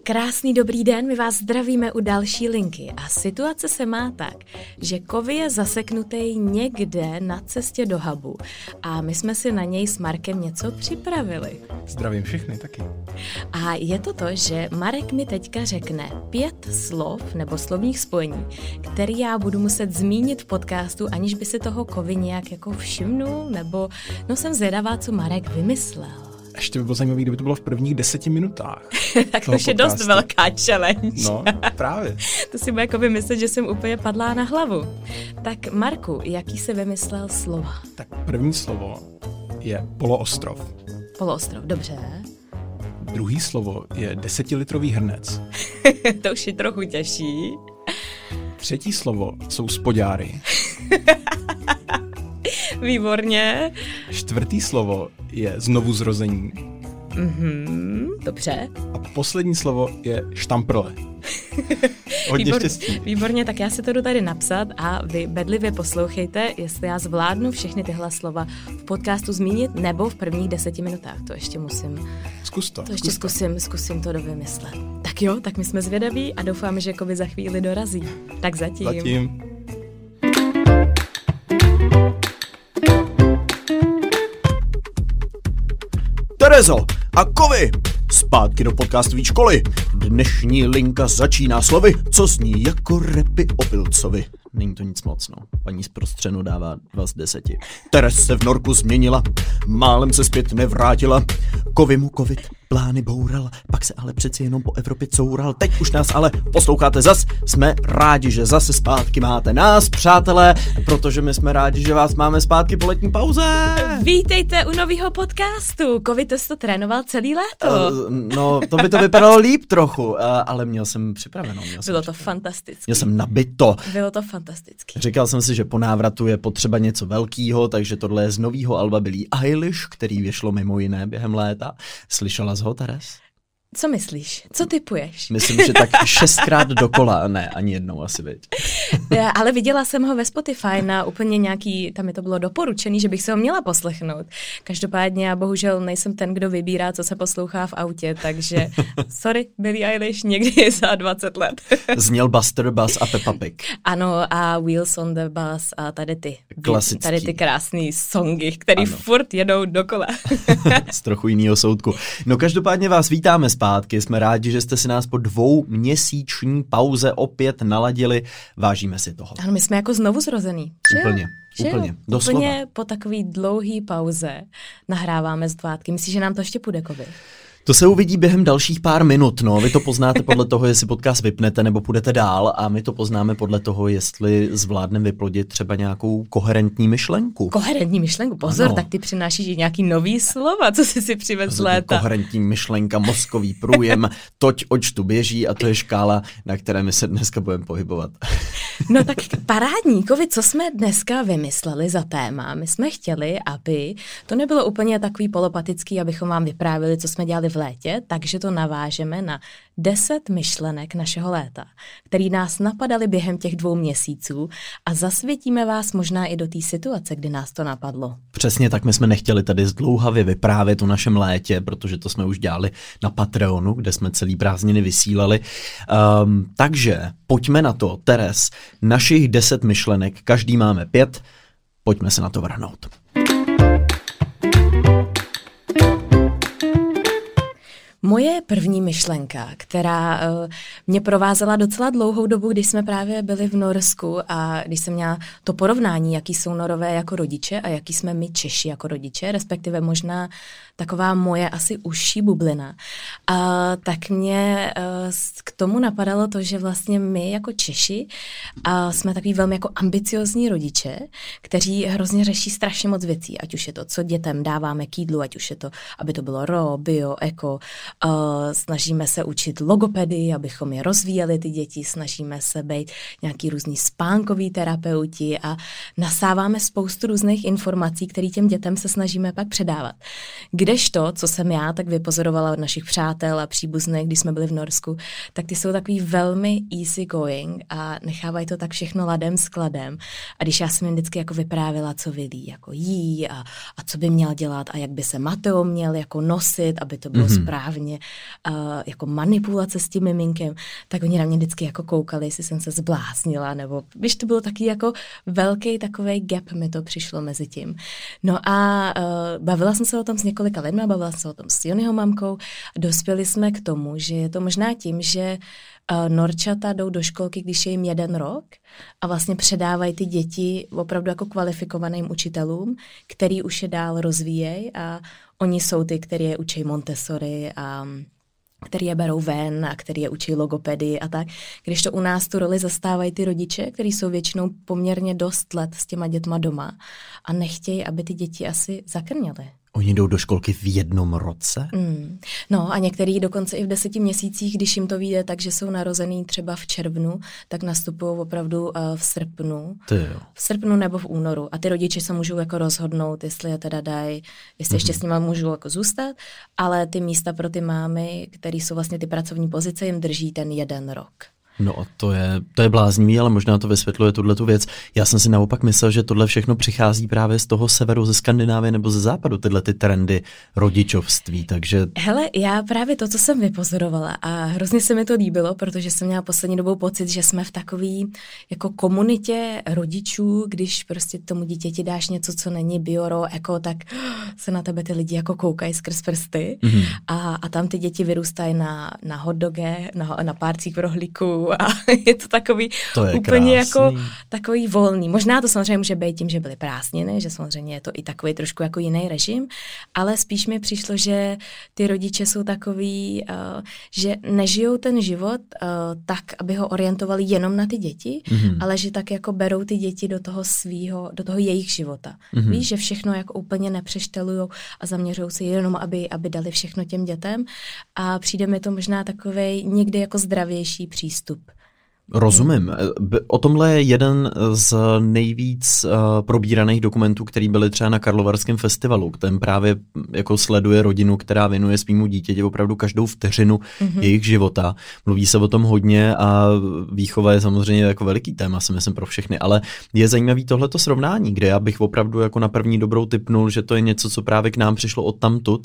Krásný dobrý den, my vás zdravíme u další linky a situace se má tak, že Kovy je zaseknutý někde na cestě do hubu a my jsme si na něj s Markem něco připravili. Zdravím všechny taky. A je to, že Marek mi teďka řekne 5 slov nebo slovních spojení, který já budu muset zmínit v podcastu, aniž by si toho Kovy nějak jako všimnul, nebo jsem zvědavá, co Marek vymyslel. Ještě by bylo zajímavé, kdyby to bylo v prvních 10 minutách. Tak to je dost velká challenge. No, právě. To si bude jako vymyslet, že jsem úplně padlá na hlavu. Tak Marku, jaký jsi vymyslel slova? Tak první slovo je poloostrov. Poloostrov, dobře. Druhý slovo je 10litrový hrnec. To už je trochu těžší. Třetí slovo jsou spodňáry. Výborně. Čtvrtý slovo je znovuzrození. Dobře. A poslední slovo je štamprle. Hodně štěstí. Výborně, tak já si to jdu tady napsat a vy bedlivě poslouchejte, jestli já zvládnu všechny tyhle slova v podcastu zmínit nebo v prvních 10 minutách. To ještě musím. Zkus to. Zkusím to dovymyslet. Tak jo, tak my jsme zvědaví a doufáme, že Kovy za chvíli dorazí. Tak zatím. Terezo a Kovy, zpátky do podcastové školy. Dnešní linka začíná slovy, co zní jako repy o Pilcovi. Není to nic moc, no. Paní z prostřenu dává 2 z 10. Teres se v norku změnila, málem se zpět nevrátila. Kovy mu covid plány boural, pak se ale přeci jenom po Evropě coural. Teď už nás ale posloucháte zas, jsme rádi, že zase zpátky máte nás, přátelé, protože my jsme rádi, že vás máme zpátky po letní pauze. Vítejte u nového podcastu. Kovy, to jsi to trénoval celý léto. No, to by to vypadalo líp trochu, ale měl jsem připraveno. Bylo to fantastické. Měl jsem nabito. Bylo to fantastické. Říkal jsem si, že po návratu je potřeba něco velkýho, takže tohle je z novýho alba Billie Eilish, který vyšlo mimo jiné během léta. Slyšela jsi ho, Teres? Co myslíš? Co tipuješ? Myslím, že tak 6krát dokola, ne, ani jednou asi, viď. Ale viděla jsem ho ve Spotify na úplně nějaký, tam mi to bylo doporučený, že bych se ho měla poslechnout. Každopádně já bohužel nejsem ten, kdo vybírá, co se poslouchá v autě, takže sorry, Billie Eilish, někdy za 20 let. Zněl Buster Bass a Peppa Pig. Ano, a Wheels on the Bus a tady ty. Klasický. Tady ty krásný songy, který furt jedou dokola. Z trochu jinýho soudku. No každopádně vás vítáme zpátky, jsme rádi, že jste si nás po 2měsíční pauze opět naladili. Vážíme si toho. Ano, my jsme jako znovu zrozený. Úplně. Doslova. Úplně po takový dlouhý pauze nahráváme zdvátky. Myslíš, že nám to ještě půjde, Kovy? To se uvidí během dalších pár minut, no. Vy to poznáte podle toho, jestli podcast vypnete nebo půjdete dál a my to poznáme podle toho, jestli zvládneme vyplodit třeba nějakou koherentní myšlenku. Koherentní myšlenku? Pozor, ano. Tak ty přinášíš i nějaký nový slova, co jsi si přivez z léta. Koherentní myšlenka, mozkový průjem, toť oč tu běží a to je škála, na které my se dneska budeme pohybovat. No tak parádní, Kovy, co jsme dneska vymysleli za téma? My jsme chtěli, aby to nebylo úplně takový polopatický, abychom vám vyprávěli, co jsme dělali v létě, takže to navážeme na 10 myšlenek našeho léta, který nás napadaly během těch 2 měsíců a zasvětíme vás možná i do té situace, kdy nás to napadlo. Přesně tak, my jsme nechtěli tady zdlouhavě vyprávět o našem létě, protože to jsme už dělali na Patreonu, kde jsme celý prázdniny vysílali. Takže pojďme na to, Teres, našich 10 myšlenek, každý máme 5, pojďme se na to vrhnout. Moje první myšlenka, která mě provázela docela dlouhou dobu, když jsme právě byli v Norsku a když jsem měla to porovnání, jaký jsou Norové jako rodiče a jaký jsme my Češi jako rodiče, respektive možná taková moje asi užší bublina. Tak mě k tomu napadalo to, že vlastně my jako Češi jsme takový velmi jako ambiciozní rodiče, kteří hrozně řeší strašně moc věcí, ať už je to, co dětem dáváme k jídlu, ať už je to, aby to bylo raw, bio, eko. Snažíme se učit logopedii, abychom je rozvíjeli ty děti, snažíme se být nějaký různý spánkoví terapeuti a nasáváme spoustu různých informací, které těm dětem se snažíme pak předávat. Kdežto, co jsem já tak vypozorovala od našich přátel a příbuzných, když jsme byli v Norsku, tak ty jsou takový velmi easy going a nechávají to tak všechno ladem skladem. A když já jsem jim vždycky jako vyprávila, co Vilí jako jí a co by měl dělat a jak by se Mateo měl jako nosit, aby to bylo správně, jako manipulace s tím miminkem, tak oni na mě vždycky jako koukali, jestli jsem se zbláznila, nebo víš, to bylo taky jako velký takovej gap mi to přišlo mezi tím. No a bavila jsem se o tom s několika lidmi, bavila jsem se o tom s Jonyho mamkou. Dospěli jsme k tomu, že je to možná tím, že Norčata jdou do školky, když je jim 1 rok a vlastně předávají ty děti opravdu jako kvalifikovaným učitelům, který už je dál rozvíjejí a oni jsou ty, kteří je učí Montessori a který je berou ven a který je učí logopedii a tak. Když to u nás tu roli zastávají ty rodiče, kteří jsou většinou poměrně dost let s těma dětma doma a nechtějí, aby ty děti asi zakrněly. Oni jdou do školky v 1 roce? No a některý dokonce i v 10 měsících, když jim to vyjde tak, že jsou narozený třeba v červnu, tak nastupují opravdu v srpnu. V srpnu nebo v únoru. A ty rodiče se můžou jako rozhodnout, jestli je teda dají, jestli ještě s nima můžou jako zůstat, ale ty místa pro ty mámy, které jsou vlastně ty pracovní pozice, jim drží ten 1 rok. No a to je bláznivý, ale možná to vysvětluje tuhletu věc. Já jsem si naopak myslel, že tohle všechno přichází právě z toho severu, ze Skandinávie nebo ze západu, tyhle ty trendy rodičovství, takže... Hele, já právě to, co jsem vypozorovala a hrozně se mi to líbilo, protože jsem měla poslední dobou pocit, že jsme v takový jako komunitě rodičů, když prostě tomu dítěti dáš něco, co není bioro, eko, tak se na tebe ty lidi jako koukají skrz prsty a tam ty děti vyrůstají na hotdoge, na párcích rohlíků a je to takový úplně jako takový volný. Možná to samozřejmě může být tím, že byly prázdniny, že samozřejmě je to i takový trošku jako jiný režim, ale spíš mi přišlo, že ty rodiče jsou takový, že nežijou ten život tak, aby ho orientovali jenom na ty děti, ale že tak jako berou ty děti do toho jejich života. Víš, že všechno jako úplně nepřeštelujou a zaměřují se jenom, aby dali všechno těm dětem a přijde mi to možná takovej někdy jako zdravější přístup. Rozumím. O tomhle je jeden z nejvíc probíraných dokumentů, který byly třeba na Karlovarském festivalu. Ten právě jako sleduje rodinu, která věnuje svýmu dítěti opravdu každou vteřinu jejich života. Mluví se o tom hodně a výchova je samozřejmě jako veliký téma, si myslím, pro všechny, ale je zajímavý tohleto srovnání, kde já bych opravdu jako na první dobrou tipnul, že to je něco, co právě k nám přišlo odtamtud,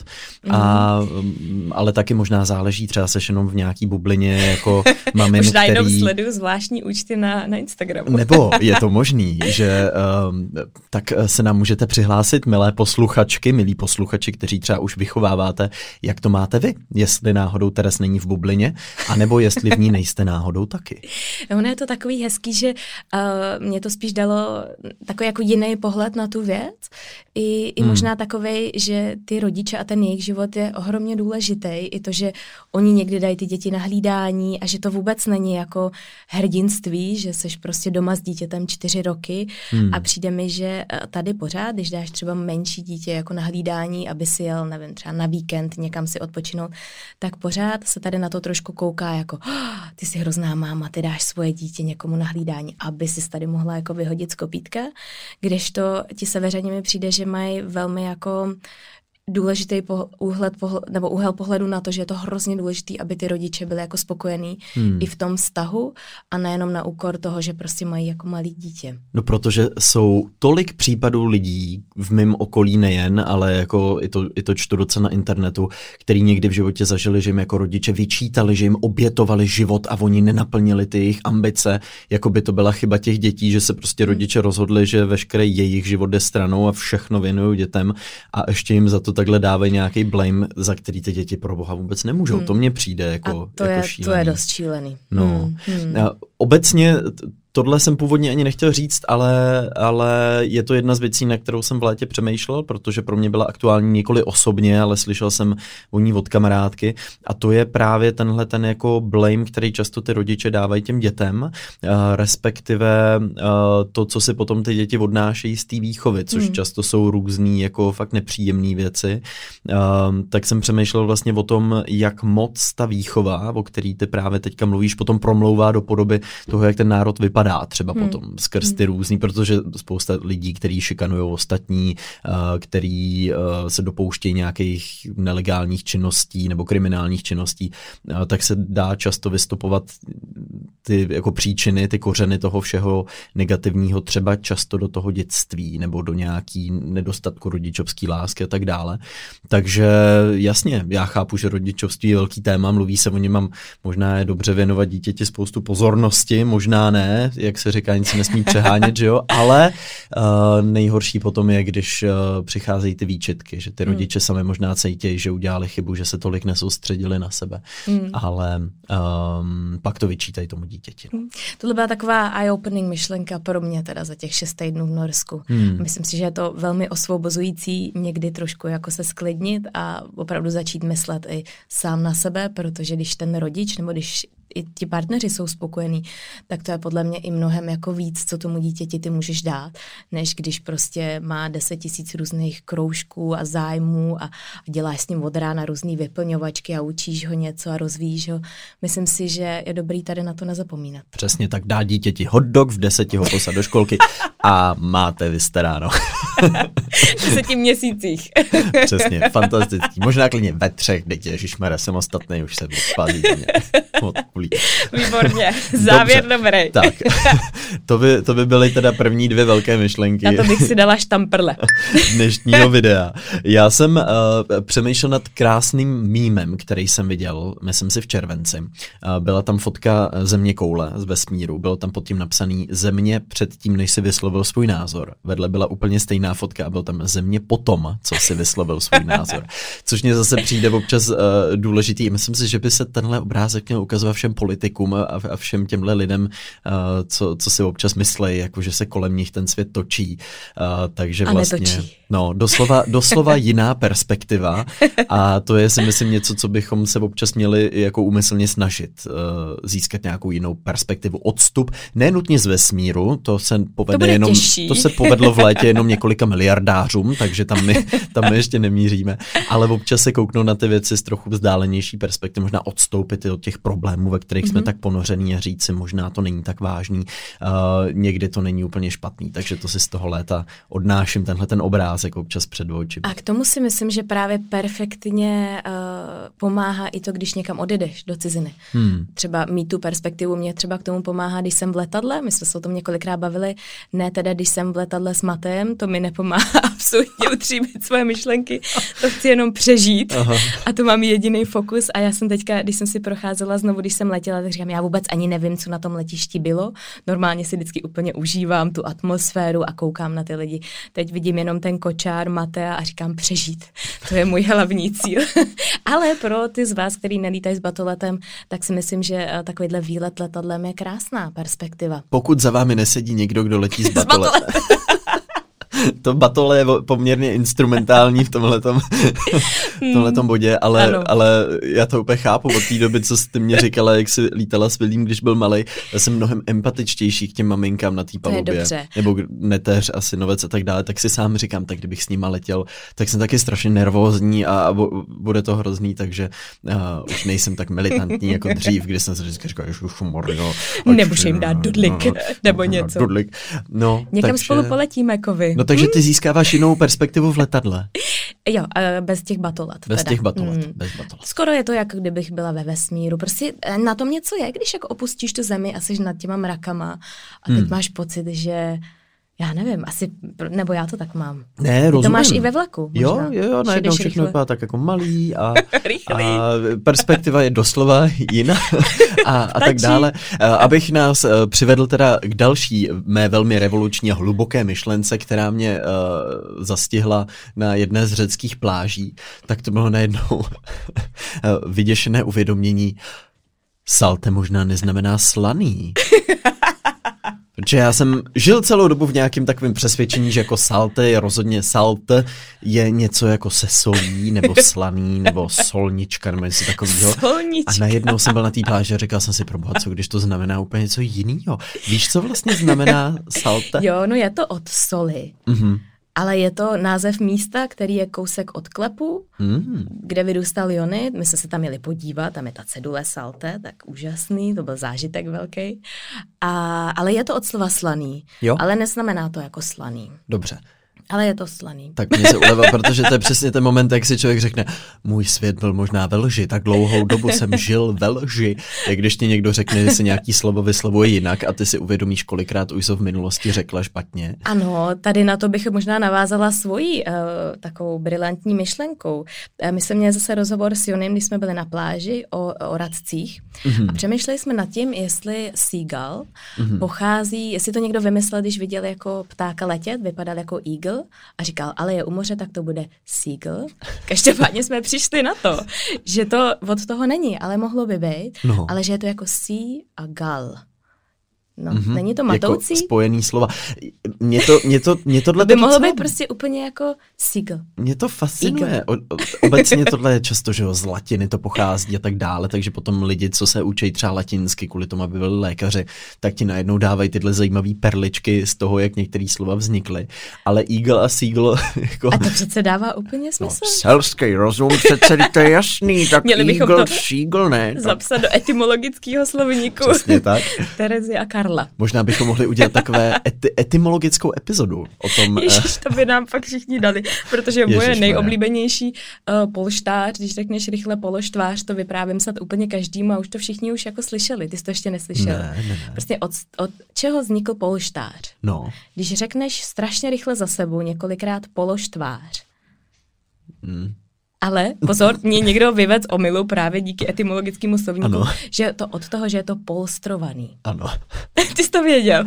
ale taky možná záleží, třeba seš jenom v nějaký bublině jako mamin, možná který... zvláštní účty na Instagramu. Nebo je to možný, že tak se nám můžete přihlásit, milé posluchačky, milí posluchači, kteří třeba už vychováváte, jak to máte vy, jestli náhodou Teres není v bublině, anebo jestli v ní nejste náhodou taky. Ono je to takový hezký, že mě to spíš dalo takový jako jiný pohled na tu věc, i možná takovej, že ty rodiče a ten jejich život je ohromně důležitý, i to, že oni někdy dají ty děti na hlídání a že to vůbec není jako hrdinství, že seš prostě doma s dítětem 4 roky a přijde mi, že tady pořád, když dáš třeba menší dítě jako na hlídání, aby si jel, nevím, třeba na víkend někam si odpočinout, tak pořád se tady na to trošku kouká jako ty jsi hrozná máma, ty dáš svoje dítě někomu na hlídání, aby si tady mohla jako vyhodit z kopítka, kdežto ti severani mi přijde, že mají velmi jako důležitý úhel pohledu na to, že je to hrozně důležitý, aby ty rodiče byli jako spokojení i v tom vztahu a nejenom na úkor toho, že prostě mají jako malý dítě. No protože jsou tolik případů lidí v mém okolí nejen, ale jako i to čtu docela na internetu, který někdy v životě zažili, že jim jako rodiče vyčítali, že jim obětovali život a oni nenaplnili ty jejich ambice, jako by to byla chyba těch dětí, že se prostě rodiče rozhodli, že veškerý jejich život jde stranou a všechno věnují dětem a ještě jim za to takhle dávají nějaký blame, za který ty děti pro boha vůbec nemůžou. To mně přijde jako šílený. To je dost šílený. No. Obecně tohle jsem původně ani nechtěl říct, ale je to jedna z věcí, na kterou jsem v létě přemýšlel, protože pro mě byla aktuální nikoli osobně, ale slyšel jsem o ní od kamarádky a to je právě tenhle ten jako blame, který často ty rodiče dávají těm dětem, respektive to, co si potom ty děti odnášejí z té výchovy, což často jsou různý jako fakt nepříjemné věci. Tak jsem přemýšlel vlastně o tom, jak moc ta výchova, o který ty právě teďka mluvíš, potom promlouvá do podoby toho, jak ten národ vypadá propadá třeba potom skrz ty různý, protože spousta lidí, kteří šikanujou ostatní, který se dopouštějí nějakých nelegálních činností nebo kriminálních činností, tak se dá často vystupovat ty jako příčiny, ty kořeny toho všeho negativního třeba často do toho dětství nebo do nějaký nedostatku rodičovský lásky a tak dále. Takže jasně, já chápu, že rodičovství je velký téma, mluví se o něm, možná je dobře věnovat dítěti spoustu pozornosti, možná ne, jak se říká, nic se nesmí přehánět, že jo, ale nejhorší potom je, když přicházejí ty výčitky, že ty rodiče sami možná cítějí, že udělali chybu, že se tolik nesoustředili na sebe, ale pak to vyčítají tomu dítěti. Tohle byla taková eye-opening myšlenka pro mě teda za těch 6 týdnů v Norsku. Myslím si, že je to velmi osvobozující někdy trošku jako se sklidnit a opravdu začít myslet i sám na sebe, protože když ten rodič nebo když i ti partneři jsou spokojení, tak to je podle mě i mnohem jako víc, co tomu dítěti ty můžeš dát, než když prostě má 10 000 různých kroužků a zájmů a děláš s ním od rána různý vyplňovačky a učíš ho něco a rozvíjíš ho. Myslím si, že je dobrý tady na to nezapomínat. Přesně tak, dá dítěti hot dog, v 10 ho poslat do školky a máte vystaráno. V 10 měsících. Přesně, fantastický. Možná klidně ve 3, dejte, ježišmarja, jsem ostatnej, už se budu spát. Výborně, závěr dobrý. Tak, to by byly teda první 2 velké myšlenky. Na to bych si dala štamprle. Dnešního videa. Já jsem přemýšlel nad krásným mýmem, který jsem viděl, myslím si v červenci. Byla tam fotka země koule z vesmíru, bylo tam pod tím napsaný Země před tím, než si vyslovil svůj názor. Vedle byla úplně stejná fotka a byl tam Země potom, co si vyslovil svůj názor. Což mě zase přijde občas důležitý. Myslím si, že by se tenhle obrázek měl ukazovat všem politikům a všem těmhle lidem, co si občas myslejí, jako že se kolem nich ten svět točí. Takže vlastně, no, doslova jiná perspektiva a to je si myslím něco, co bychom se občas měli jako úmyslně snažit získat nějakou jinou perspektivu. Odstup, ne nutně z vesmíru, to se povedlo v létě jenom několika miliardářům, takže tam my ještě nemíříme, ale občas se kouknout na ty věci z trochu vzdálenější perspektivy, možná odstoupit od těch problémů, ve kterých jsme tak ponoření a říct si, možná to není tak vážný, někdy to není úplně špatný, takže to si z toho léta odnáším tenhle ten obrázek občas před oči. A k tomu si myslím, že právě perfektně pomáhá i to, když někam odjedeš do ciziny. Třeba mít tu perspektivu, mě třeba k tomu pomáhá, když jsem v letadle, my jsme se o tom několikrát bavili, ne teda, když jsem v letadle s Matejem, to mi nepomáhá absolutně utříbit svoje myšlenky, to chci jenom přežít. Aha. A to mám jediný fokus a já jsem teďka, když jsem si procházela znovu, když jsem letěla, tak říkám, já vůbec ani nevím, co na tom letišti bylo. Normálně si vždycky úplně užívám tu atmosféru a koukám na ty lidi. Teď vidím jenom ten kočár Matea a říkám přežít. To je můj hlavní cíl. Ale pro ty z vás, kteří nelítají s batoletem, tak si myslím, že takovýhle výlet letadlem je krásná perspektiva. Pokud za vámi nesedí někdo, kdo letí s batoletem. To batole je poměrně instrumentální v tomhletom bodě, ale já to úplně chápu od té doby, co jste mě říkala, jak jsi lítala s Vilím, když byl malej. Já jsem mnohem empatičtější k těm maminkám na té palubě. Nebo neteř a synovec a tak dále, tak si sám říkám, tak kdybych s nima letěl, tak jsem taky strašně nervózní a bude to hrozný, takže už nejsem tak militantní jako dřív, kdy jsem se vždycky říkal, nemůžu jim dát dudlik nebo něco. Dudlik. No, někam spolu poletíme, kovy. No takže ty získáváš jinou perspektivu v letadle. Jo, bez těch batolat. Bez batolat. Skoro je to, jako kdybych byla ve vesmíru. Prostě na tom něco je, když jako opustíš tu zemi a jsi nad těma mrakama a teď máš pocit, že já nevím, asi, nebo já to tak mám. Ne, rozumím. To máš i ve vlaku. Možná. Jo, najednou všechno vypadá tak jako malý a perspektiva je doslova jiná a tak dále. Abych nás přivedl teda k další mé velmi revoluční a hluboké myšlence, která mě zastihla na jedné z řeckých pláží, tak to bylo najednou vyděšené uvědomění, salte možná neznamená slaný. Protože já jsem žil celou dobu v nějakém takovém přesvědčení, že jako salte je rozhodně salte je něco jako se solí, nebo slaný, nebo solnička, nebo něco takového. A najednou jsem byl na té pláži a říkal jsem si, proboha, co když to znamená úplně něco jiného. Víš, co vlastně znamená salte? Jo, no je to od soli. Ale je to název místa, který je kousek od Klepu, kde vyrůstal Jonid. My jsme se tam jeli podívat, tam je ta cedule Salte, tak úžasný, to byl zážitek velký. Ale je to od slova slaný, jo? Ale neznamená to jako slaný. Dobře. Ale je to slaný. Tak mě se ulevil, protože to je přesně ten moment, jak si člověk řekne, můj svět byl možná ve lži, tak dlouhou dobu jsem žil ve lži. Jak když ti někdo řekne, že se nějaký slovo vyslovuje jinak a ty si uvědomíš, kolikrát už jsi v minulosti řekla špatně. Ano, tady na to bych možná navázala svojí takovou brilantní myšlenkou. My jsme měli zase rozhovor s Jonem, když jsme byli na pláži o radcích a přemýšleli jsme nad tím, jestli seagull pochází, jestli to někdo vymyslel, když viděl jako ptáka letět, vypadal jako eagle, a říkal, ale je u moře, tak to bude seagull. Každopádně jsme přišli na to, že to od toho není, ale mohlo by být, ale že je to jako sea a gull. No, není to matoucí? Jako spojený slova. Mě tohle by mohlo být prostě úplně jako seagull. Mě to fascinuje. Obecně tohle je často, že z latiny to pochází a tak dále, takže potom lidi, co se učí třeba latinsky kvůli tomu, aby byli lékaři, tak ti najednou dávají tyhle zajímavé perličky z toho, jak některé slova vznikly. Ale eagle a seagull... Jako... A to přece dává úplně smysl. No, selský rozum, přece to je jasný, tak měli bychom eagle, to seagull, ne? Zapsat do etymologického slovníku. Přesně tak. Terezy a Karla. Možná bychom mohli udělat takové etymologickou epizodu o tom. Ježiš, to by nám pak všichni dali, protože moje nejoblíbenější polštář, když řekneš rychle pološtvář, to vyprávím snad úplně každému a už to všichni už jako slyšeli. Ty jsi to ještě neslyšel. Ne. Prostě od čeho vznikl polštář? No. Když řekneš strašně rychle za sebou několikrát pološtvář. Ale pozor, mě někdo vyvedl z omylu právě díky etymologickému slovníku, že to od toho, že je to polstrovaný. Ano. Ty jsi to věděl.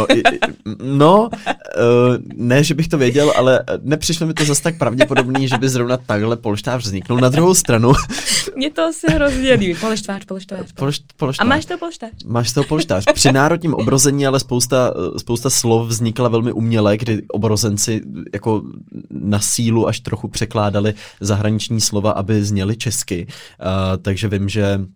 Ne, že bych to věděl, ale nepřišlo mi to zase tak pravděpodobný, že by zrovna takhle polštář vzniknul. Na druhou stranu... Mě to asi hrozně líbí. Polštář. A máš to polštář? Máš to polštář. Při národním obrození ale spousta slov vznikla velmi uměle, kdy obrozenci jako na sílu až trochu překládali zahraniční slova, aby zněly česky. Takže vím,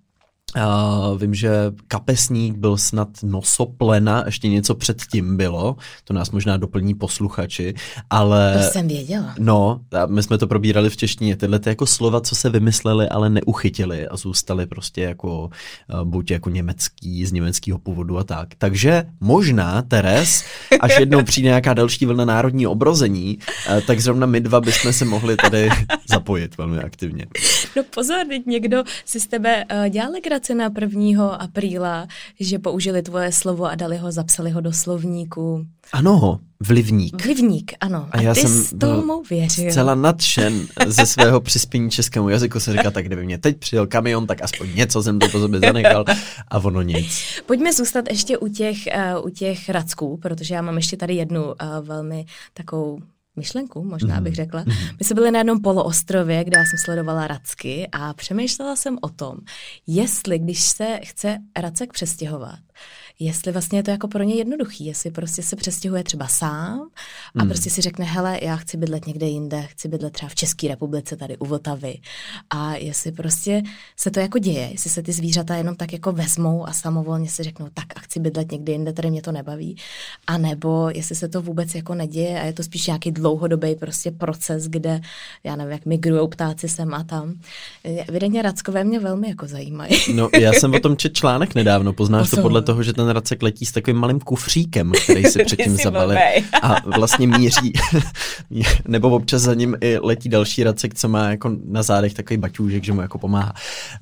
že kapesník byl snad nosoplena, ještě něco předtím bylo, to nás možná doplní posluchači, ale... To jsem věděla. No, my jsme to probírali v češtině, tyhle jako slova, co se vymysleli, ale neuchytili a zůstaly prostě jako buď jako německý, z německého původu a tak. Takže možná, Teres, až jednou přijde nějaká další vlna národní obrození, tak zrovna my dva bychom se mohli tady zapojit velmi aktivně. No pozor, teď někdo si z tebe dělal legraci na 1. apríla, že použili tvoje slovo a zapsali ho do slovníku. Ano, vlivník. Vlivník, ano. A ty jsi tomu věřil. Zcela nadšen ze svého přispění českému jazyku. Se říká, tak kdyby mě teď přijel kamion, tak aspoň něco jsem to po sobě zanechal a ono nic. Pojďme zůstat ještě u těch racků, protože já mám ještě tady jednu velmi takovou myšlenku, možná bych řekla. My jsme byli na jednom poloostrově, kde já jsem sledovala racky a přemýšlela jsem o tom, jestli, když se chce racek přestěhovat, jestli vlastně je to jako pro ně jednoduchý, jestli prostě se přestěhuje třeba sám a prostě si řekne, hele, já chci bydlet někde jinde, chci bydlet třeba v České republice, tady u Vltavy. A jestli prostě se to jako děje, jestli se ty zvířata jenom tak jako vezmou a samovolně si řeknou, tak a chci bydlet někde jinde, tady mě to nebaví. A nebo jestli se to vůbec jako neděje a je to spíš nějaký dlouhodobý prostě proces, kde, já nevím, jak migrujou ptáci sem a tam. Evidentně rackové mě velmi jako zajímají. No, já jsem o tom četl článek nedávno, poznáš to podle toho, že ten racek letí s takovým malým kufříkem, který si předtím zabalil a vlastně míří, nebo občas za ním i letí další racek, co má jako na zádech takový baťůžek, že mu jako pomáhá.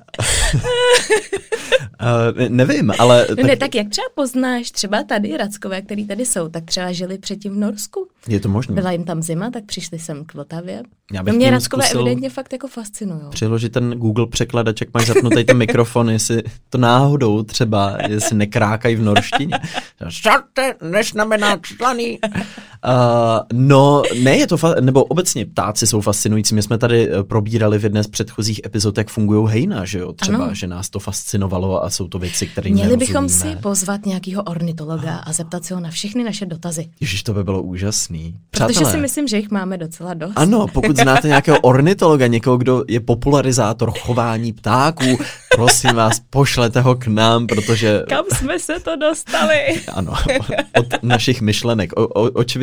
Nevím, ale... No ne, tak jak třeba poznáš, třeba tady rackové, který tady jsou, tak třeba žili předtím v Norsku. Je to možné. Byla jim tam zima, tak přišli sem k Vltavě. No mě rackové evidentně fakt jako fascinujou. Přiložit ten Google překladač, jak máš zapnutý ten mikrofon, jestli to náhodou třeba, jestli nekrákají v norštině. Šate, neznamená članý. No, ne, je to nebo obecně ptáci jsou fascinující. My jsme tady probírali v jedné z předchozích epizod, jak fungují hejna, že jo, třeba, ano. Že nás to fascinovalo a jsou to věci, které Měli bychom si pozvat nějakého ornitologa a zeptat se ho na všechny naše dotazy. Ježiš, to by bylo úžasný. Přátelé, protože si myslím, že jich máme docela dost. Ano, pokud znáte nějakého ornitologa, někoho, kdo je popularizátor chování ptáků, prosím vás, pošlete ho k nám, protože... Kam jsme se to dostali? Ano, od našich myšlenek. Očividně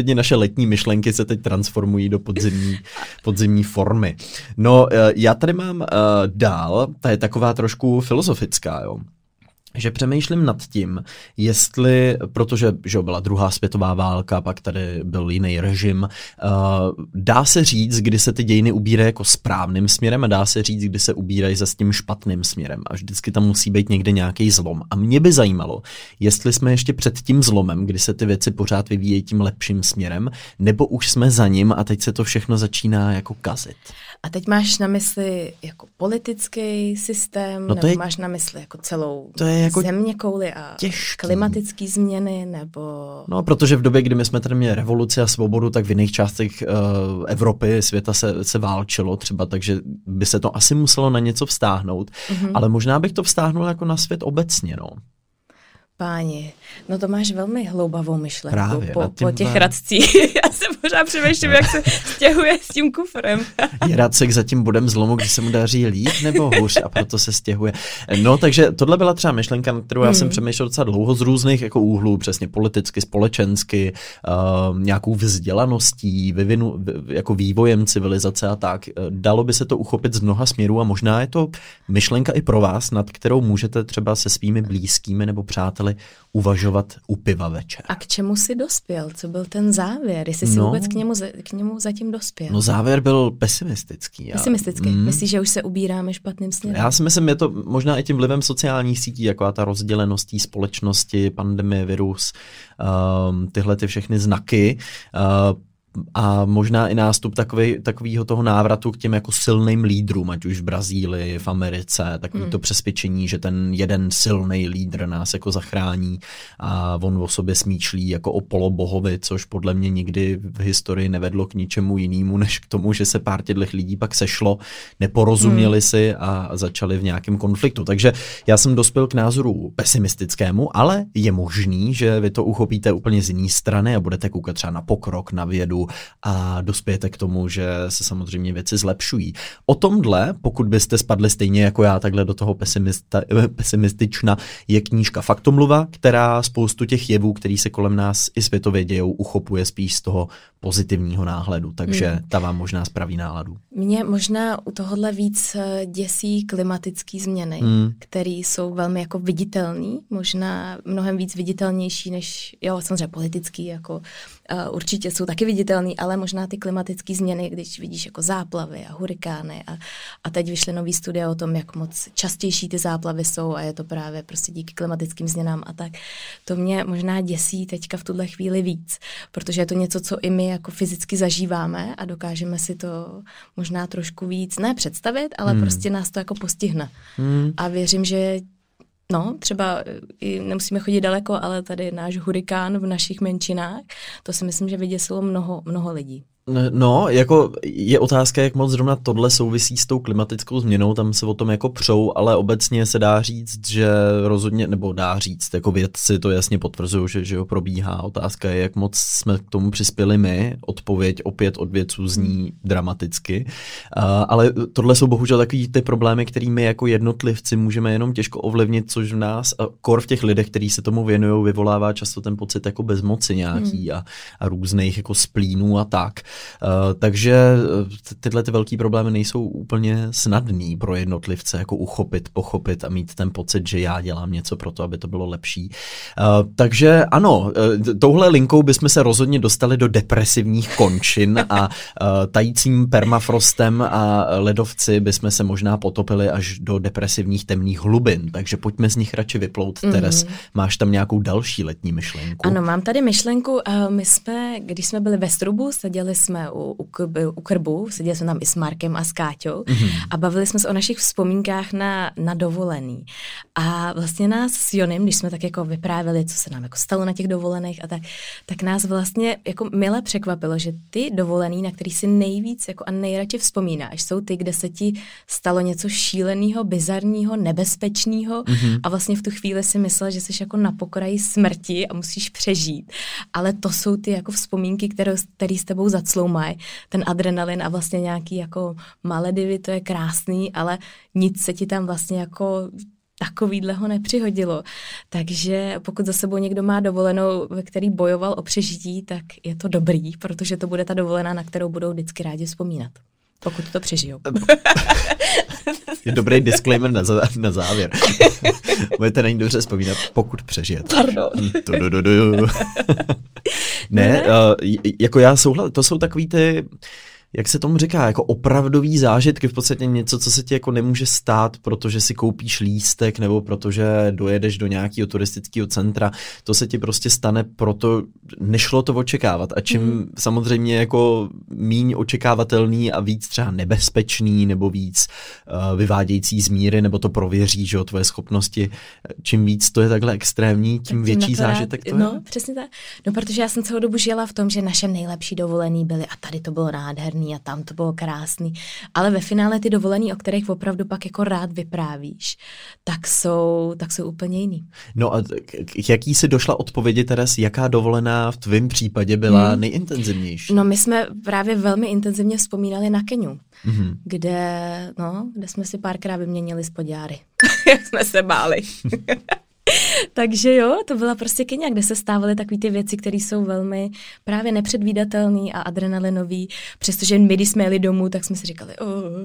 očividně naše letní myšlenky se teď transformují do podzimní formy. No, já tady mám dál, ta je taková trošku filozofická, jo. Že přemýšlím nad tím, jestli, protože že byla druhá světová válka, pak tady byl jiný režim, dá se říct, kdy se ty dějiny ubírají jako správným směrem a dá se říct, kdy se ubírají za s tím špatným směrem. A vždycky tam musí být někde nějaký zlom. A mě by zajímalo, jestli jsme ještě před tím zlomem, kdy se ty věci pořád vyvíjejí tím lepším směrem, nebo už jsme za ním a teď se to všechno začíná jako kazit. A teď máš na mysli jako politický systém, nebo máš na mysli jako celou jako zeměkouli a klimatické změny, nebo... No, protože v době, kdy my jsme tady měli revoluci a svobodu, tak v jiných částech Evropy, světa se válčilo třeba, takže by se to asi muselo na něco vztáhnout, ale možná bych to vztáhnul jako na svět obecně, no. Páni, no to máš velmi hloubavou myšlenku. Právě, po těch radcích. Já se pořád přemýšlím, jak se stěhuje s tím kufrem. Je Radcek za tím bodem zlomu, kdy se mu daří líp nebo hůř a proto se stěhuje. No, takže tohle byla třeba myšlenka, na kterou já jsem přemýšlel docela dlouho z různých jako úhlů, přesně politicky, společensky, nějakou vzdělaností, jako vývojem civilizace a tak. Dalo by se to uchopit z mnoha směrů a možná je to myšlenka i pro vás, nad kterou můžete třeba se svými blízkými nebo přáteli uvažovat u piva večer. A k čemu jsi dospěl? Co byl ten závěr? Jestli jsi vůbec k němu zatím dospěl? No závěr byl pesimistický. Pesimistický? Myslíš, že už se ubíráme špatným směrem? Já si myslím, je to možná i tím vlivem sociálních sítí, jako ta rozdělenost té společnosti, pandemie, virus, tyhle ty všechny znaky, a možná i nástup takového toho návratu k těm jako silným lídrům, ať už v Brazílii, v Americe, takový to přesvědčení, že ten jeden silný lídr nás jako zachrání a on o sobě smýšlí jako o polobohovi, což podle mě nikdy v historii nevedlo k ničemu jinému, než k tomu, že se pár těchto lidí pak sešlo, neporozuměli si a začali v nějakém konfliktu. Takže já jsem dospěl k názoru pesimistickému, ale je možný, že vy to uchopíte úplně z jiné strany a budete koukat třeba na pokrok, na vědu a dospějete k tomu, že se samozřejmě věci zlepšují. O tomhle, pokud byste spadli stejně jako já takhle do toho pesimistična, je knížka Faktomluva, která spoustu těch jevů, který se kolem nás i světově dějou, uchopuje spíš z toho pozitivního náhledu, takže ta vám možná spraví náladu. Mě možná u tohohle víc děsí klimatické změny, které jsou velmi jako viditelné, možná mnohem víc viditelnější než, samozřejmě politický, jako určitě jsou taky viditelný, ale možná ty klimatické změny, když vidíš jako záplavy a hurikány a teď vyšly nový studie o tom, jak moc častější ty záplavy jsou a je to právě prostě díky klimatickým změnám a tak. To mě možná děsí teďka v tuhle chvíli víc, protože je to něco, co i my jako fyzicky zažíváme a dokážeme si to možná trošku víc ne představit, ale prostě nás to jako postihne. A věřím, že třeba i nemusíme chodit daleko, ale tady náš hurikán v našich menšinách, to si myslím, že vyděsilo mnoho lidí. No, jako je otázka, jak moc zrovna tohle souvisí s tou klimatickou změnou, tam se o tom jako přou, ale obecně se dá říct, že rozhodně, nebo dá říct, jako vědci to jasně potvrzují, že ho probíhá. Otázka je, jak moc jsme k tomu přispěli my, odpověď opět od vědců zní dramaticky, ale tohle jsou bohužel takový ty problémy, který my jako jednotlivci můžeme jenom těžko ovlivnit, což v nás a kor v těch lidech, kteří se tomu věnují, vyvolává často ten pocit jako bezmoci nějaký a různých jako splínů a tak. Takže tyhle ty velký problémy nejsou úplně snadný pro jednotlivce jako uchopit, pochopit a mít ten pocit, že já dělám něco pro to, aby to bylo lepší. Takže ano, touhle linkou bychom se rozhodně dostali do depresivních končin a tajícím permafrostem a ledovci bychom se možná potopili až do depresivních temných hlubin. Takže pojďme z nich radši vyplout. Teres, máš tam nějakou další letní myšlenku? Ano, mám tady myšlenku. My jsme, když jsme byli ve Strubu, seděli jsme u krbu, seděli jsme tam i s Markem a s Káťou a bavili jsme se o našich vzpomínkách na dovolený. A vlastně nás s Jonem, když jsme tak jako vyprávěli, co se nám jako stalo na těch dovolených a tak nás vlastně jako mile překvapilo, že ty dovolený, na který si nejvíc jako a nejradši vzpomínáš, jsou ty, kde se ti stalo něco šíleného, bizarního, nebezpečného a vlastně v tu chvíli si myslel, že jsi jako na pokraji smrti a musíš přežít. Ale to jsou ty jako vzpomínky, které s tebou zacloumají, ten adrenalin a vlastně nějaký jako Maledivy, to je krásný, ale nic se ti tam vlastně jako takovýhle ho nepřihodilo. Takže pokud za sebou někdo má dovolenou, ve který bojoval o přežití, tak je to dobrý, protože to bude ta dovolená, na kterou budou vždycky rádi vzpomínat. Pokud to přežijou. Je dobrý disclaimer na závěr. Budete na ní dobře vzpomínat, pokud přežijete. Pardon. Ne, jako já souhlasím, to jsou takový ty, jak se tomu říká, jako opravdový zážitky, v podstatě něco, co se ti jako nemůže stát, protože si koupíš lístek nebo protože dojedeš do nějakého turistického centra. To se ti prostě stane, proto nešlo to očekávat. A čím samozřejmě jako míň očekávatelný a víc třeba nebezpečný nebo víc vyvádějící z míry, nebo to prověří, že o tvoje schopnosti, čím víc to je takhle extrémní, tím větší zážitek to je. No, přesně tak. No, protože já jsem celou dobu žila v tom, že naše nejlepší dovolený byly a tady to bylo nádherný a tam to bylo krásný, ale ve finále ty dovolený, o kterých opravdu pak jako rád vyprávíš, tak jsou úplně jiný. No a jaký jsi došla odpovědi, Teres, jaká dovolená v tvém případě byla nejintenzivnější? No my jsme právě velmi intenzivně vzpomínali na Keniu, kde jsme si párkrát vyměnili spodňáry, jak jsme se báli. Takže jo, to byla prostě Kenia, kde se stávaly takové ty věci, které jsou velmi právě nepředvídatelné a adrenalinový. Přestože my, když jsme jeli domů, tak jsme si říkali,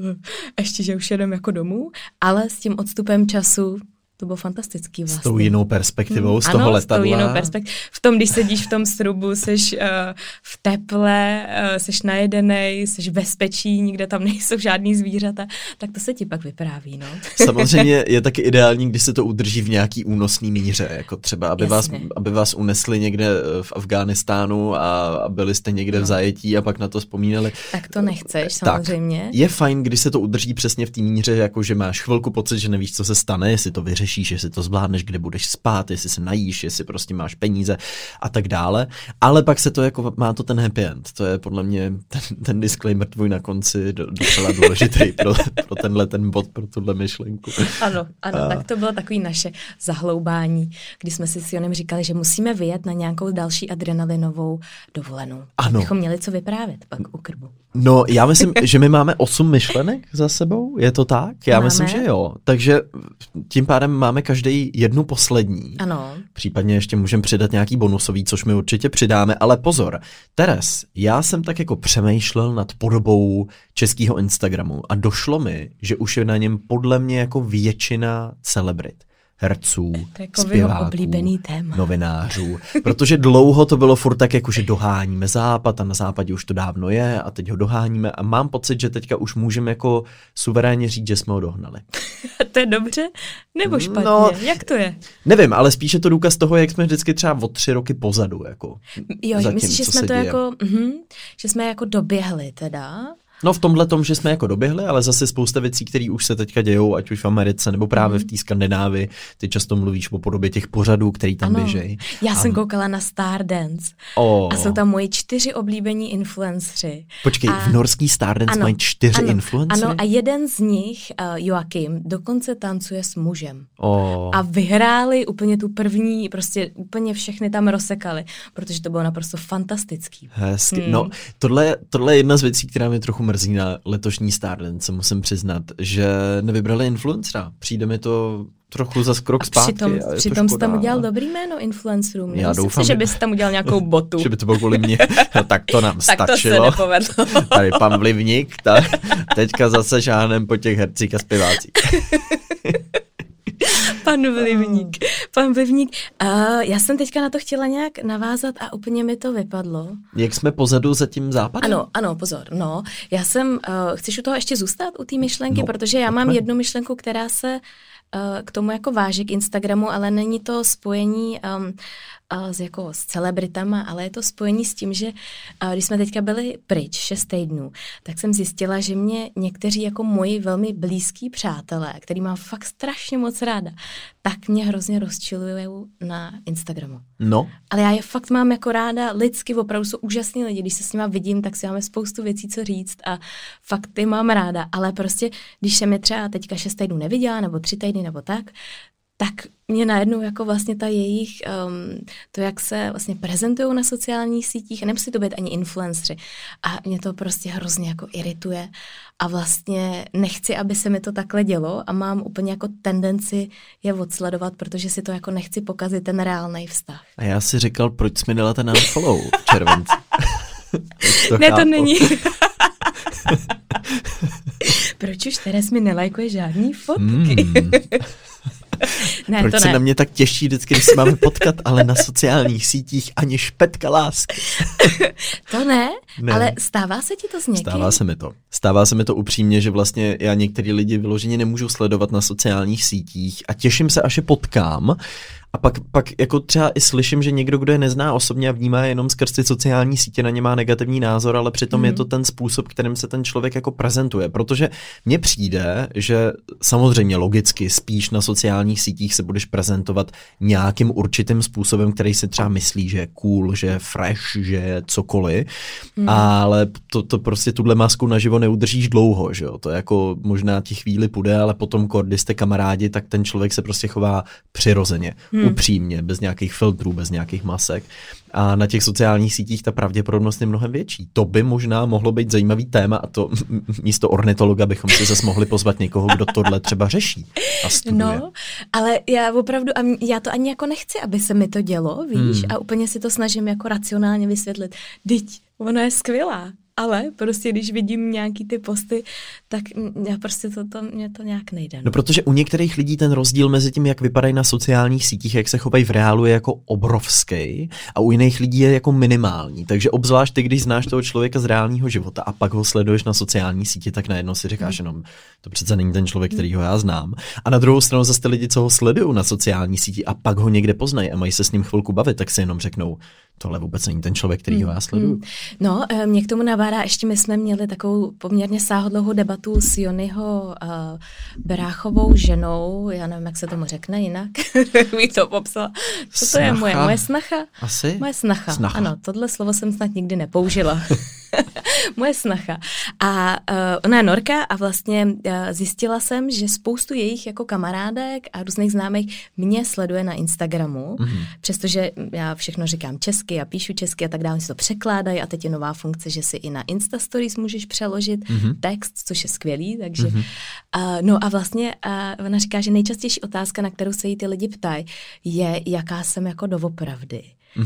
ještě, že už jedeme jako domů, ale s tím odstupem času to bylo fantastický vlastně. S tou jinou perspektivou, z toho letadla. Ano, s tou jinou perspektivou. V tom, když sedíš v tom srubu, seš v teple, seš najedenej, seš v bezpečí, nikde tam nejsou žádný zvířata, tak to se ti pak vypráví, no. Samozřejmě je taky ideální, když se to udrží v nějaký únosný míře, jako třeba, aby vás unesli někde v Afghánistánu a byli jste někde v zajetí a pak na to vzpomínali. Tak to nechceš, samozřejmě. Tak, je fajn, když se to udrží přesně v té míře, jako že máš chvilku pocit, že nevíš, co se stane, jestli to vyřešíš, jestli to zvládneš, kde budeš spát, jestli se najíš, jestli prostě máš peníze a tak dále. Ale pak se to jako, má to ten happy end. To je podle mě ten disclaimer tvůj na konci docela důležitý pro ten bod, pro tuhle myšlenku. Ano, tak to bylo takový naše zahloubání, kdy jsme si s Jonem říkali, že musíme vyjet na nějakou další adrenalinovou dovolenou. Ano. Abychom měli co vyprávět pak u krbu. No, já myslím, že my máme 8 myšlenek za sebou, je to tak? Já myslím, že jo. Takže tím pádem máme každý jednu poslední. Ano. Případně ještě můžeme přidat nějaký bonusový, což my určitě přidáme, ale pozor. Teres, já jsem tak jako přemýšlel nad podobou českého Instagramu a došlo mi, že už je na něm podle mě jako většina celebrit. Herců, zpěváků, oblíbený téma. Novinářů, protože dlouho to bylo furt tak, jako že doháníme Západ a na Západě už to dávno je a teď ho doháníme a mám pocit, že teďka už můžeme jako suverénně říct, že jsme ho dohnali. To je dobře nebo špatně? No, jak to je? Nevím, ale spíš je to důkaz toho, jak jsme vždycky třeba o 3 roky pozadu. Jako, jo, myslíš, že jsme to jako, že jsme jako doběhli teda? No v tomhle tom, že jsme jako doběhli, ale zase spousta věcí, které už se teďka dějou, ať už v Americe nebo právě v té Skandinávii. Ty často mluvíš o podobě těch pořadů, který tam běžejí. Já jsem koukala na Stardance a jsou tam moji 4 oblíbení influenceri. Počkej, v norský Stardance mají 4 influencery? Ano, a jeden z nich, Joachim, dokonce tancuje s mužem. Oh. A vyhráli úplně tu první, prostě úplně všechny tam rozsekali, protože to bylo naprosto fantastický. Hezky. No, tohle je jedna z věcí, která mě trochu mrzí na letošní Stardance, musím přiznat, že nevybrali influencera. Přijde mi to trochu za krok zpátky. Přitom jsi tam udělal dobrý jméno influencerům. Já doufám, že bys tam udělal nějakou botu. Že by to bylo kvůli mě. Tak to nám stačilo. Tak to se nepovedlo. Tady pan Vlivník, teďka zase žáhnem po těch hercích a zpěvácích. Pan Vlivník. Já jsem teďka na to chtěla nějak navázat a úplně mi to vypadlo. Jak jsme pozadu za tím Západem? Ano, pozor. No, já jsem, chceš u toho ještě zůstat, u té myšlenky, protože já mám jednu myšlenku, která se k tomu jako váže k Instagramu, ale není to spojení s celebritama, ale je to spojení s tím, že když jsme teďka byli pryč 6 týdnů, tak jsem zjistila, že mě někteří jako moji velmi blízký přátelé, který mám fakt strašně moc ráda, tak mě hrozně rozčilujou na Instagramu. No. Ale já je fakt mám jako ráda lidsky, opravdu jsou úžasní lidi, když se s nima vidím, tak si máme spoustu věcí, co říct a fakt ty mám ráda, ale prostě, když jsem je třeba teďka 6 týdnů neviděla, nebo 3 týdny, nebo tak tak mě najednou jako vlastně ta jejich, to, jak se vlastně prezentují na sociálních sítích, a nemusí to být ani influenceri. A mě to prostě hrozně jako irituje a vlastně nechci, aby se mi to takhle dělo a mám úplně jako tendenci je odsledovat, protože si to jako nechci pokazit ten reálný vztah. A já si říkal, proč jsi mi dala ten unfollow v červenci? Ne, to není. Proč už Teres mi nelajkuje žádný fotky? Ne, proč to se ne. na mě tak těší vždycky, když se máme potkat, ale na sociálních sítích ani špetka lásky. To ne, ale stává se ti to s někým? Stává se mi to upřímně, že vlastně já některý lidi vyloženě nemůžu sledovat na sociálních sítích a těším se, až je potkám. A pak jako třeba i slyším, že někdo, kdo je nezná osobně a vnímá jenom skrz ty sociální sítě, na ně má negativní názor, ale přitom je to ten způsob, kterým se ten člověk jako prezentuje. Protože mně přijde, že samozřejmě logicky spíš na sociálních sítích se budeš prezentovat nějakým určitým způsobem, který si třeba myslí, že je cool, že je fresh, že je cokoliv, ale to prostě tuhle masku naživo neudržíš dlouho, že jo? To jako možná ti chvíli půjde, ale potom, když jste kamarádi, tak ten člověk se prostě chová přirozeně. Upřímně, bez nějakých filtrů, bez nějakých masek. A na těch sociálních sítích ta pravděpodobnost je mnohem větší. To by možná mohlo být zajímavý téma a to místo ornitologa bychom si zase mohli pozvat někoho, kdo tohle třeba řeší a studuje. No, ale já opravdu, já to ani jako nechci, aby se mi to dělo, víš, a úplně si to snažím jako racionálně vysvětlit. Vždyť, ona je skvělá. Ale prostě, když vidím nějaký ty posty, tak já prostě mě to nějak nejde. No, protože u některých lidí ten rozdíl mezi tím, jak vypadají na sociálních sítích, jak se chovají v reálu, je jako obrovský a u jiných lidí je jako minimální. Takže obzvlášť ty, když znáš toho člověka z reálního života a pak ho sleduješ na sociální síti, tak najednou si říkáš jenom, to přece není ten člověk, kterýho já znám. A na druhou stranu zase ty lidi, co ho sledují na sociální síti a pak ho někde poznají a mají se s ním chvilku bavit, tak si jenom řeknou, tohle vůbec není ten člověk, kterýho já sleduju. No, mě k tomu nabádá, ještě my jsme měli takovou poměrně sáhodlouhou debatu s Jonyho Beráchovou ženou, já nevím, jak se tomu řekne jinak, bych to popsala. Co to je moje snacha? Asi? Moje snacha. Ano, tohle slovo jsem snad nikdy nepoužila. Moje snacha. A ona je Norka a vlastně zjistila jsem, že spoustu jejich jako kamarádek a různých známých mě sleduje na Instagramu, přestože já všechno říkám česky a píšu česky a tak dále, si to překládají a teď je nová funkce, že si i na Insta Stories můžeš přeložit text, což je skvělý, takže no a vlastně ona říká, že nejčastější otázka, na kterou se jí ty lidi ptají, je, jaká jsem jako doopravdy.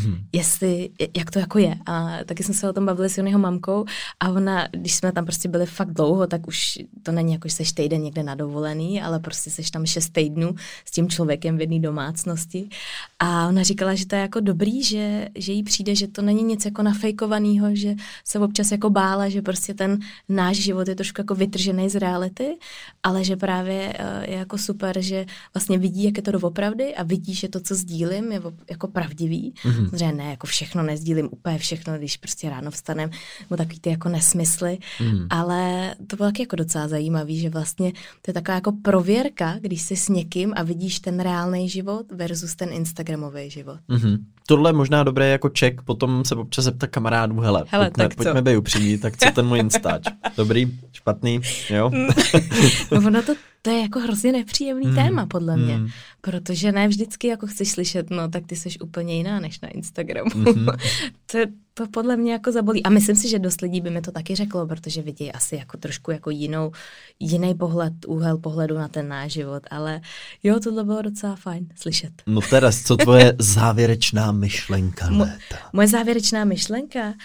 Jak to jako je. A taky jsme se o tom bavili s Jonyho mamkou a ona, když jsme tam prostě byli fakt dlouho, tak už to není jako, že seš týden někde na dovolený, ale prostě seš tam 6 týdnů s tím člověkem v jedné domácnosti. A ona říkala, že to je jako dobrý, že jí přijde, že to není nic jako nafejkovanýho, že se občas jako bála, že prostě ten náš život je trošku jako vytržený z reality, ale že právě je jako super, že vlastně vidí, jak je to doopravdy a vidí, že to, co sdílím, je jako pravdivý. Samozřejmě ne, jako všechno nezdílím úplně všechno, když prostě ráno vstanem, nebo takový ty jako nesmysly, ale to bylo taky jako docela zajímavý, že vlastně to je taková jako prověrka, když jsi s někým a vidíš ten reálný život versus ten instagramový život. Tohle je možná dobré jako check, potom se občas zeptat kamarádů, hele pojďme být upřímní, tak co ten můj instač? Dobrý, špatný, jo? No ono to je jako hrozně nepříjemný téma, podle mě, protože ne vždycky jako chceš slyšet, no tak ty jsi úplně jiná než na Instagramu. To podle mě jako zabolí. A myslím si, že dost lidí by mi to taky řeklo, protože vidí asi jako trošku jako jiný úhel pohledu na ten náš život, ale jo, tohle bylo docela fajn slyšet. No Teres, co tvoje závěrečná myšlenka léta? Moje závěrečná myšlenka?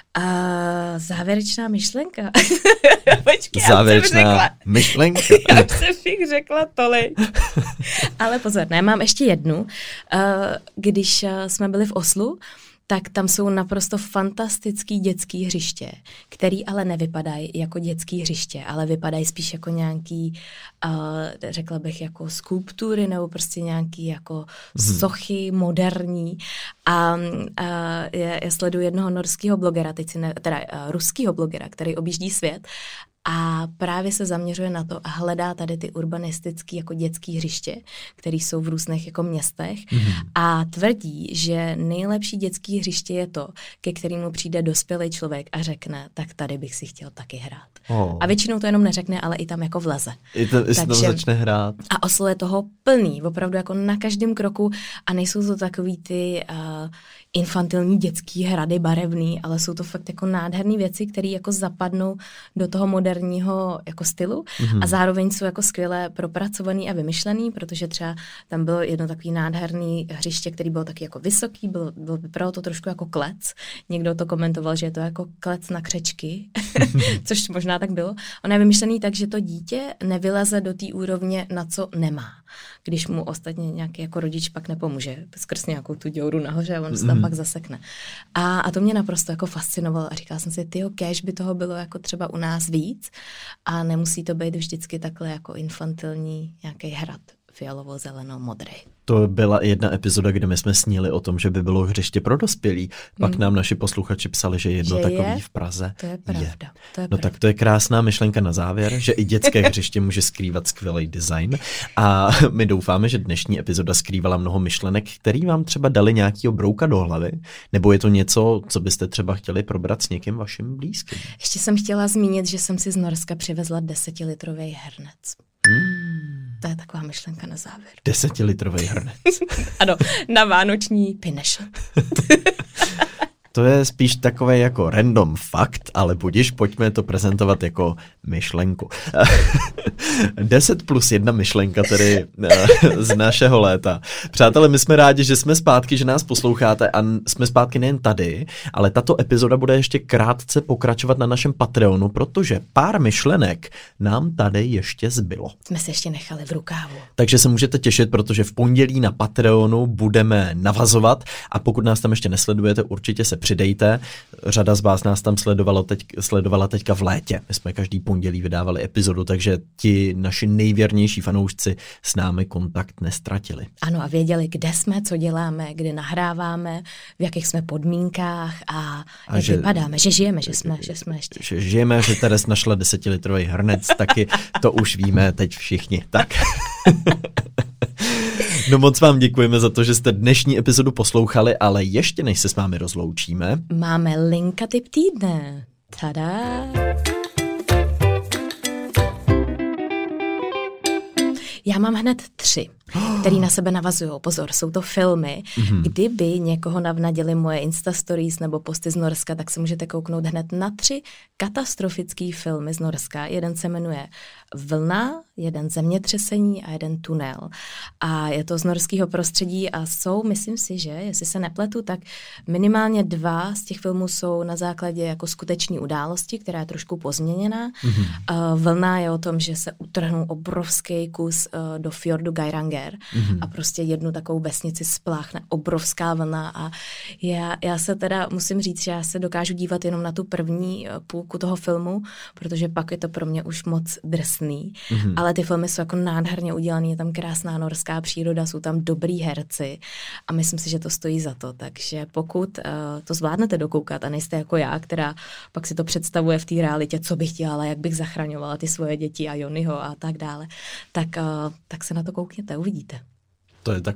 Závěrečná myšlenka. Počkej, závěrečná myšlenka. Já bych řekla tolik. Ale pozor, ne, mám ještě jednu. Když jsme byli v Oslu, tak tam jsou naprosto fantastický dětský hřiště, který ale nevypadají jako dětský hřiště, ale vypadají spíš jako nějaký, řekla bych, jako skulptury nebo prostě nějaký jako sochy moderní. A já sleduji jednoho norského blogera, ruského blogera, který objíždí svět a právě se zaměřuje na to a hledá tady ty urbanistický jako dětský hřiště, které jsou v různých jako městech a tvrdí, že nejlepší dětský hřiště je to, ke kterému přijde dospělý člověk a řekne, tak tady bych si chtěl taky hrát. A většinou to jenom neřekne, ale i tam jako vleze. Takže tam začne hrát. A Oslo je toho plný, opravdu jako na každém kroku a nejsou to takový ty infantilní dětský hrady barevný, ale jsou to fakt jako nádherné věci, které jako zapadnou do toho moderního jako stylu a zároveň jsou jako skvěle propracovaný a vymyšlený, protože třeba tam bylo jedno takový nádherný hřiště, který byl taky jako vysoký, vypadalo to trošku jako klec. Někdo to komentoval, že je to jako klec na křečky, což možná tak bylo. On je vymyšlený tak, že to dítě nevyleze do té úrovně, na co nemá. Když mu ostatně nějaký jako rodič pak nepomůže skrz nějakou tu děuru nahoře a on se tam pak zasekne. A to mě naprosto jako fascinovalo a říkala jsem si, kéž by toho bylo jako třeba u nás víc a nemusí to být vždycky takhle jako infantilní nějaký hrad fialovo, zeleno, modrý. To byla jedna epizoda, kde my jsme snili o tom, že by bylo hřiště pro dospělí. Pak nám naši posluchači psali, že jedno takový v Praze To je pravda. To je no pravda. tak to je krásná myšlenka na závěr, že i dětské hřiště může skrývat skvělý design. A my doufáme, že dnešní epizoda skrývala mnoho myšlenek, který vám třeba dali nějakýho brouka do hlavy, nebo je to něco, co byste třeba chtěli probrat s někým vaším blízkým. Ještě jsem chtěla zmínit, že jsem si z Norska přivezla 10litrový hrnec. To je taková myšlenka na závěr. 10litrový hrnec. Ano, na vánoční pinešot. To je spíš takový jako random fakt, ale budiš, pojďme to prezentovat jako myšlenku. 10+1 myšlenka tedy z našeho léta. Přátelé, my jsme rádi, že jsme zpátky, že nás posloucháte a jsme zpátky nejen tady, ale tato epizoda bude ještě krátce pokračovat na našem Patreonu, protože pár myšlenek nám tady ještě zbylo. Jsme se ještě nechali v rukávu. Takže se můžete těšit, protože v pondělí na Patreonu budeme navazovat a pokud nás tam ještě nesledujete, určitě se přidejte. Řada z vás nás tam sledovala teďka v létě. My jsme každý pondělí vydávali epizodu, takže ti naši nejvěrnější fanoušci s námi kontakt nestratili. Ano a věděli, kde jsme, co děláme, kde nahráváme, v jakých jsme podmínkách a jak vypadáme, že žijeme, že jsme ještě. Že žijeme, že Teres našla 10litrový hrnec, taky to už víme teď všichni. Tak. No moc vám děkujeme za to, že jste dnešní epizodu poslouchali, ale ještě než se s vámi rozloučíme, máme linka tip týdne. Tada! Já mám hned 3, který na sebe navazují. Pozor, jsou to filmy. Kdyby někoho navnadili moje Insta Stories nebo posty z Norska, tak se můžete kouknout hned na 3 katastrofický filmy z Norska. Jeden se jmenuje Vlna, jeden Zemětřesení a jeden Tunel. A je to z norského prostředí a jsou, myslím si, že, jestli se nepletu, tak minimálně 2 z těch filmů jsou na základě jako skutečné události, která je trošku pozměněná. Vlna je o tom, že se utrhnul obrovský kus do fjordu Geiranger a prostě jednu takovou vesnici spláchne obrovská vlna a já se teda musím říct, že já se dokážu dívat jenom na tu první půlku toho filmu, protože pak je to pro mě už moc drsný, ale ty filmy jsou jako nádherně udělaný, je tam krásná norská příroda, jsou tam dobrý herci a myslím si, že to stojí za to, takže pokud to zvládnete dokoukat a nejste jako já, která pak si to představuje v té realitě, co bych dělala, jak bych zachraňovala ty svoje děti a Jonyho a tak dále, tak se na to koukněte, uvidíte. To je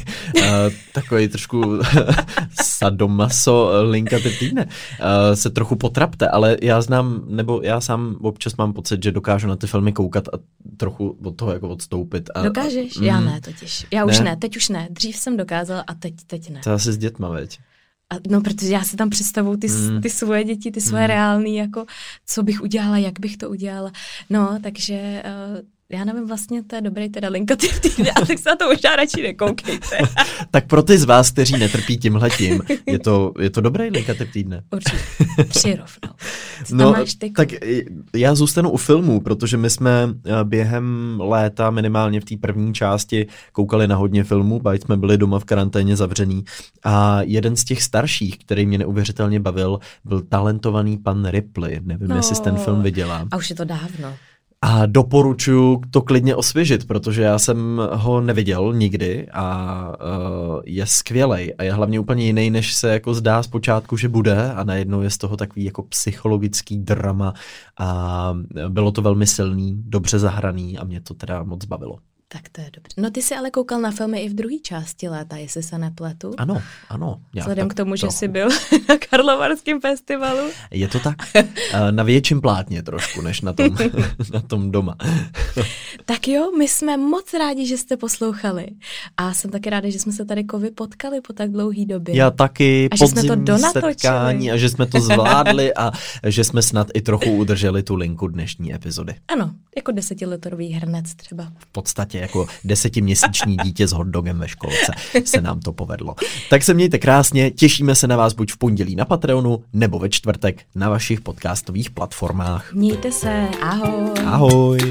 takový trošku sadomaso linka tip týdne. Se trochu potrapte, ale já sám občas mám pocit, že dokážu na ty filmy koukat a trochu od toho jako odstoupit. Dokážeš? Já ne totiž. Já už ne, teď už ne. Dřív jsem dokázala a teď ne. To asi s dětma, veď? No, protože já si tam představuju ty svoje děti, ty svoje reální, jako co bych udělala, jak bych to udělala. No, takže já nevím, vlastně to je dobrý teda linka tip týdne, a tak se na to možná radši nekoukejte. Tak pro ty z vás, kteří netrpí tímhletím, je to dobrý linka tip týdne. Určitě. 3 rovnou. No, tak já zůstanu u filmů, protože my jsme během léta minimálně v té první části koukali na hodně filmů, byť jsme byli doma v karanténě zavřený a jeden z těch starších, který mě neuvěřitelně bavil, byl Talentovaný pan Ripley. Nevím, jestli jsi ten film viděla. A už je to dávno. A doporučuji to klidně osvěžit, protože já jsem ho neviděl nikdy a je skvělej a je hlavně úplně jiný, než se jako zdá zpočátku, že bude a najednou je z toho takový jako psychologický drama a bylo to velmi silný, dobře zahraný a mě to teda moc bavilo. Tak to je dobře. No ty jsi ale koukal na filmy i v druhé části léta, jestli se nepletu. Ano. Vzhledem k tomu, že jsi byl na Karlovarském festivalu. Je to tak. Na větším plátně trošku, než na tom doma. Tak jo, my jsme moc rádi, že jste poslouchali. A jsem taky ráda, že jsme se tady potkali po tak dlouhý době. Já taky, a že jsme to setkání a že jsme to zvládli a že jsme snad i trochu udrželi tu linku dnešní epizody. Ano, jako 10letrový hrnec třeba. V podstatě jako 10měsíční dítě s hotdogem ve školce se nám to povedlo. Tak se mějte krásně, těšíme se na vás buď v pondělí na Patreonu, nebo ve čtvrtek na vašich podcastových platformách. Mějte se, ahoj. Ahoj.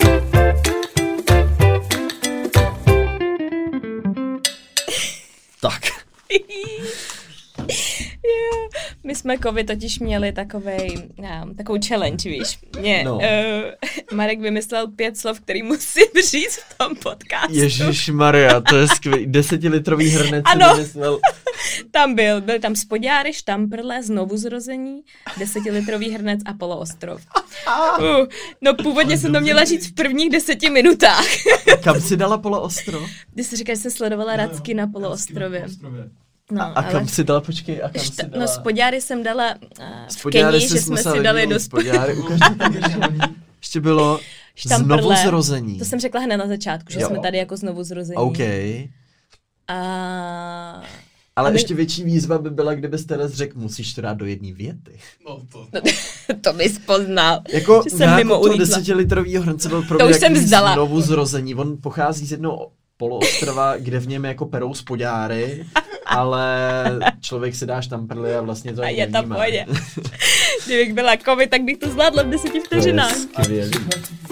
Tak. My jsme totiž měli takovou challenge, víš. Marek vymyslel 5 slov, který musím říct v tom podcastu. Ježišmarja, to je skvělý. 10litrový hrnec vymyslel. Tam byl tam spodňáry, štamprle, znovuzrození, 10litrový hrnec a poloostrov. No původně jsem to měla říct v prvních 10 minutách. Kam jsi dala poloostrov? Ty jsi říkal, že jsem sledovala Racky na poloostrově. No, a kam si dala, počkej, No spodňáry jsem dala v Keni, že jsme si dali do spodňáry. Ještě bylo znovuzrození. To jsem řekla hned na začátku, že jsme tady jako znovuzrození. OK. Ale ještě větší výzva by byla, kdyby Teres řekl, musíš to dát do jedné věty. To bys poznal. Jako že jsem mimo ulítla. 10litrovýho hrnce byl pro mě znovuzrození. On pochází z jednoho poloostrova, kde v něm jako perou spodňáry, ale člověk si dá štamprly a vlastně to je tam pohodě. Kdybych byla COVID, tak bych to zvládla v 10 vteřinách. To je skvělý.